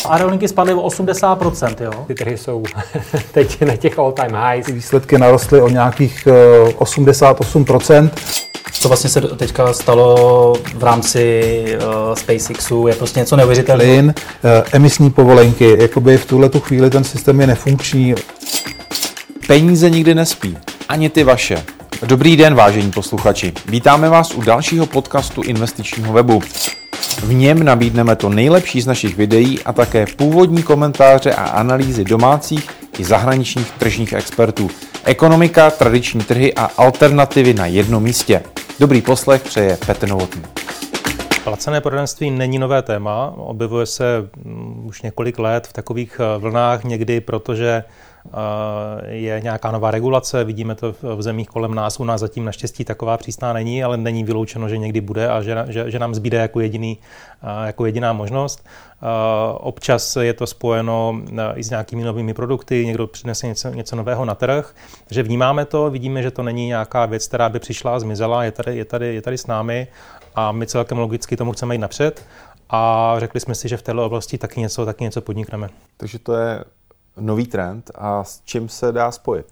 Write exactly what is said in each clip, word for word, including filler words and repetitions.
Aerolinky spadly o osmdesát procent, jo? Ty trhy jsou teď na těch all time highs. Výsledky narostly o nějakých osmdesát osm procent. Co vlastně se teďka stalo v rámci uh, SpaceXu, je prostě něco neuvěřitelného. Plyn, uh, emisní povolenky, jakoby v tuhletu chvíli ten systém je nefunkční. Peníze nikdy nespí, ani ty vaše. Dobrý den, vážení posluchači. Vítáme vás u dalšího podcastu investičního webu. V něm nabídneme to nejlepší z našich videí a také původní komentáře a analýzy domácích i zahraničních tržních expertů. Ekonomika, tradiční trhy a alternativy na jednom místě. Dobrý poslech přeje Petr Novotný. Placené poradenství není nové téma, objevuje se už několik let v takových vlnách, někdy protože je nějaká nová regulace, vidíme to v zemích kolem nás, u nás zatím naštěstí taková přísná není, ale není vyloučeno, že někdy bude a že, že, že nám zbyde jako, jediný, jako jediná možnost. Občas je to spojeno i s nějakými novými produkty, někdo přinese něco, něco nového na trh, takže vnímáme to, vidíme, že to není nějaká věc, která by přišla a zmizela, je tady, je tady, je tady s námi a my celkem logicky tomu chceme jít napřed a řekli jsme si, že v této oblasti taky něco, taky něco podnikneme. Takže to je nový trend a s čím se dá spojit?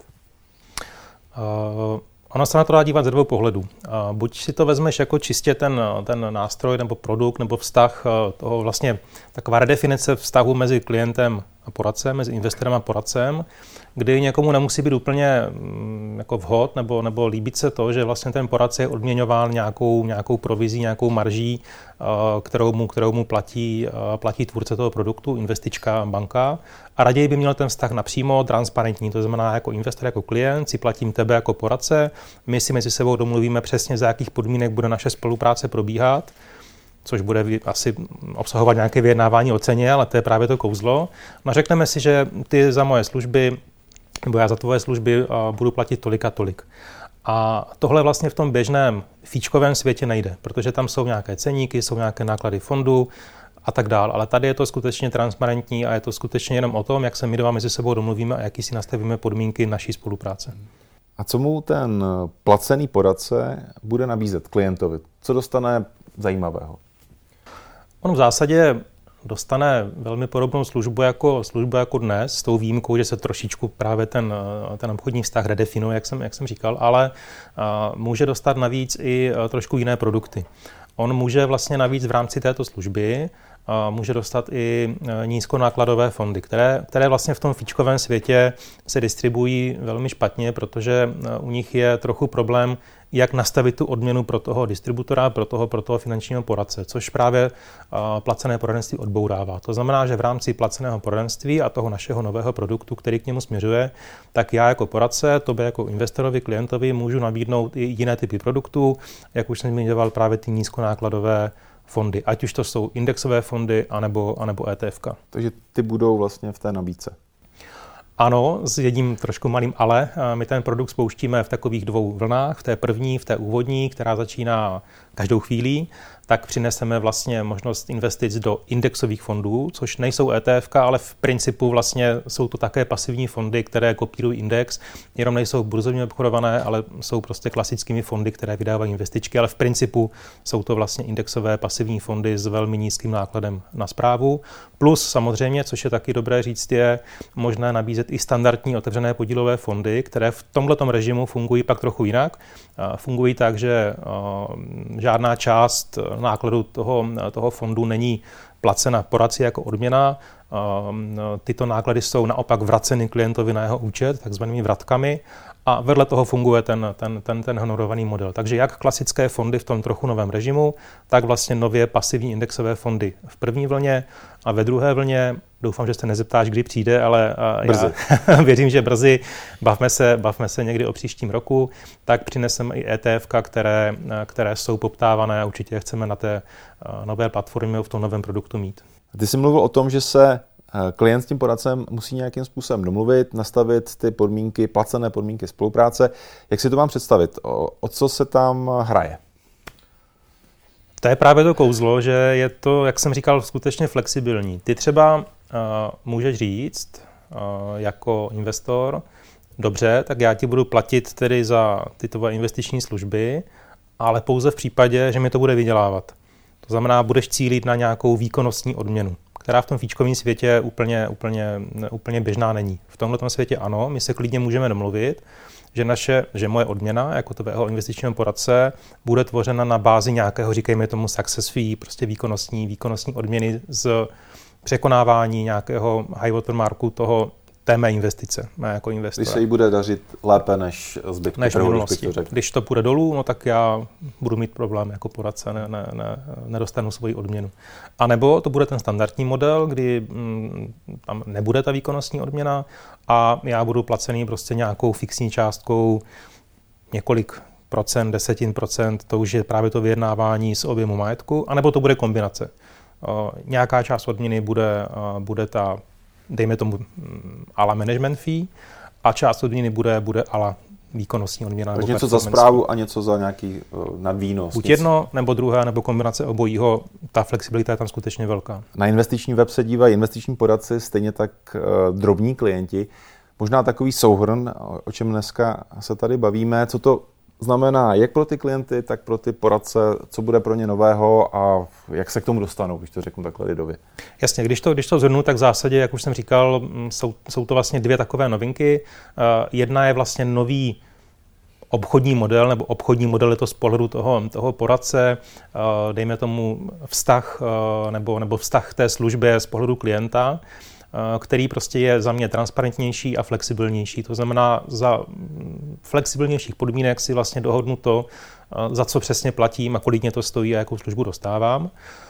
Uh, ono se na to dá dívat ze dvou pohledů. Uh, buď si to vezmeš jako čistě ten, ten nástroj nebo produkt nebo vztah uh, toho vlastně taková redefinice vztahu mezi klientem a poradcem, mezi investorem a poradcem, kdy někomu nemusí být úplně um, jako vhod nebo, nebo líbit se to, že vlastně ten poradce je odměňován nějakou, nějakou provizí, nějakou marží, uh, kterou mu, kterou mu platí, uh, platí tvůrce toho produktu, investička, banka. A raději by měl ten vztah napřímo transparentní, to znamená jako investor, jako klient, si platím tebe jako poradce, my si mezi sebou domluvíme přesně, za jakých podmínek bude naše spolupráce probíhat, což bude asi obsahovat nějaké vyjednávání o ceně, ale to je právě to kouzlo. No řekneme si, že ty za moje služby, nebo já za tvoje služby budu platit tolik a tolik. A tohle vlastně v tom běžném fíčkovém světě nejde, protože tam jsou nějaké ceníky, jsou nějaké náklady fondu, a tak dál. Ale tady je to skutečně transparentní a je to skutečně jenom o tom, jak se my dva mezi sebou domluvíme a jaký si nastavíme podmínky naší spolupráce. A co mu ten placený poradce bude nabízet klientovi? Co dostane zajímavého? On v zásadě dostane velmi podobnou službu jako, službu jako dnes, s tou výjimkou, že se trošičku právě ten, ten obchodní vztah redefinuje, jak jsem, jak jsem říkal, ale uh, může dostat navíc i uh, trošku jiné produkty. On může vlastně navíc v rámci této služby může dostat i nízkonákladové fondy, které, které vlastně v tom fíčkovém světě se distribuují velmi špatně, protože u nich je trochu problém, jak nastavit tu odměnu pro toho distributora, pro toho, pro toho finančního poradce, což právě placené poradenství odbourává. To znamená, že v rámci placeného poradenství a toho našeho nového produktu, který k němu směřuje, tak já jako poradce, tobě jako investorovi, klientovi můžu nabídnout i jiné typy produktů, jak už jsem zmiňoval, právě ty nízkonákladové fondy, ať už to jsou indexové fondy, anebo, anebo é té efka. Takže ty budou vlastně v té nabídce. Ano, s jedním trošku malým ale. My ten produkt spouštíme v takových dvou vlnách. V té první, v té úvodní, která začíná každou chvíli, tak přineseme vlastně možnost investic do indexových fondů, což nejsou é té efka, ale v principu vlastně jsou to také pasivní fondy, které kopírují index, jenom nejsou burzovně obchodované, ale jsou prostě klasickými fondy, které vydávají investičky, ale v principu jsou to vlastně indexové pasivní fondy s velmi nízkým nákladem na správu. Plus samozřejmě, což je taky dobré říct, je možné nabízet i standardní otevřené podílové fondy, které v tomhletom režimu fungují pak trochu jinak. Fungují tak, že žádná část nákladu toho, toho fondu není placena poradci jako odměna. Tyto náklady jsou naopak vraceny klientovi na jeho účet, takzvanými vratkami, a vedle toho funguje ten, ten, ten, ten honorovaný model. Takže jak klasické fondy v tom trochu novém režimu, tak vlastně nově pasivní indexové fondy v první vlně a ve druhé vlně, doufám, že se nezeptáš, kdy přijde, ale brzy. Já věřím, že brzy, bavme se, bavme se někdy o příštím roku, tak přineseme i é té efka, které, které jsou poptávané a určitě chceme na té nové platformě v tom novém produktu mít. Ty jsi mluvil o tom, že se klient s tím poradcem musí nějakým způsobem domluvit, nastavit ty podmínky, placené podmínky spolupráce. Jak si to mám představit? O, o co se tam hraje? To je právě to kouzlo, že je to, jak jsem říkal, skutečně flexibilní. Ty třeba uh, můžeš říct uh, jako investor, dobře, tak já ti budu platit tedy za ty tvoje investiční služby, ale pouze v případě, že mi to bude vydělávat. To znamená, budeš cílit na nějakou výkonnostní odměnu, která v tom fíčkovém světě úplně, úplně, úplně běžná není. V tomhle světě ano, my se klidně můžeme domluvit, že, naše, že moje odměna jako tvého investičního poradce bude tvořena na bázi nějakého, říkejme tomu success fee, prostě výkonnostní, výkonnostní odměny z překonávání nějakého high watermarku toho té mé investice, mé jako investora. Když se jí bude dařit lépe než zbytku než trhu, minulosti. Když, když to půjde dolů, no tak já budu mít problém jako poradce, ne, ne, ne, nedostanu svoji odměnu. A nebo to bude ten standardní model, kdy mm, tam nebude ta výkonnostní odměna a já budu placený prostě nějakou fixní částkou několik procent, desetin procent, to už je právě to vyjednávání z objemu majetku, anebo to bude kombinace. Uh, nějaká část odměny bude, uh, bude ta, dejme tomu, a la management fee a část odměny bude, bude a la výkonnostní odměna. Takže něco za správu a něco za nějaký uh, nadvýnos. Buď nic. jedno, nebo druhé, nebo kombinace obojího, ta flexibilita je tam skutečně velká. Na investiční web se dívají investiční poradci, stejně tak uh, drobní klienti. Možná takový souhrn, o čem dneska se tady bavíme, co to znamená jak pro ty klienty, tak pro ty poradce, co bude pro ně nového a jak se k tomu dostanou, když to řeknu takhle lidově. Jasně, když to, když to zhrnu, tak v zásadě, jak už jsem říkal, jsou, jsou to vlastně dvě takové novinky. Uh, jedna je vlastně nový obchodní model, nebo obchodní model je to z pohledu toho, toho poradce, uh, dejme tomu vztah, uh, nebo, nebo vztah té službě z pohledu klienta, který prostě je za mě transparentnější a flexibilnější. To znamená, za flexibilnějších podmínek si vlastně dohodnu to, za co přesně platím a kolik mě to stojí a jakou službu dostávám.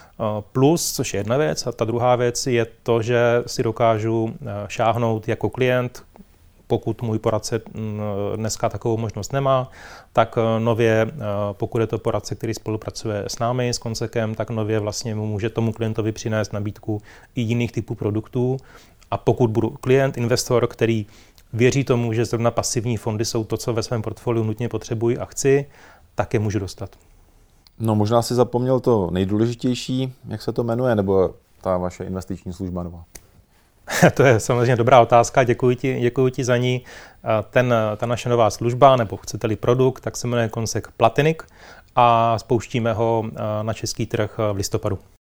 Plus, což je jedna věc, a ta druhá věc je to, že si dokážu šáhnout jako klient, pokud můj poradce dneska takovou možnost nemá, tak nově, pokud je to poradce, který spolupracuje s námi, s Konsekem, tak nově vlastně může tomu klientovi přinést nabídku i jiných typů produktů. A pokud budu klient, investor, který věří tomu, že zrovna pasivní fondy jsou to, co ve svém portfoliu nutně potřebuji a chci, tak je můžu dostat. No, možná si zapomněl to nejdůležitější, jak se to jmenuje, nebo ta vaše investiční služba nová? To je samozřejmě dobrá otázka, děkuji ti, děkuji ti za ní. Ten, ta naše nová služba, nebo chcete-li produkt, tak se jmenuje Konsek Platinic a spouštíme ho na český trh v listopadu.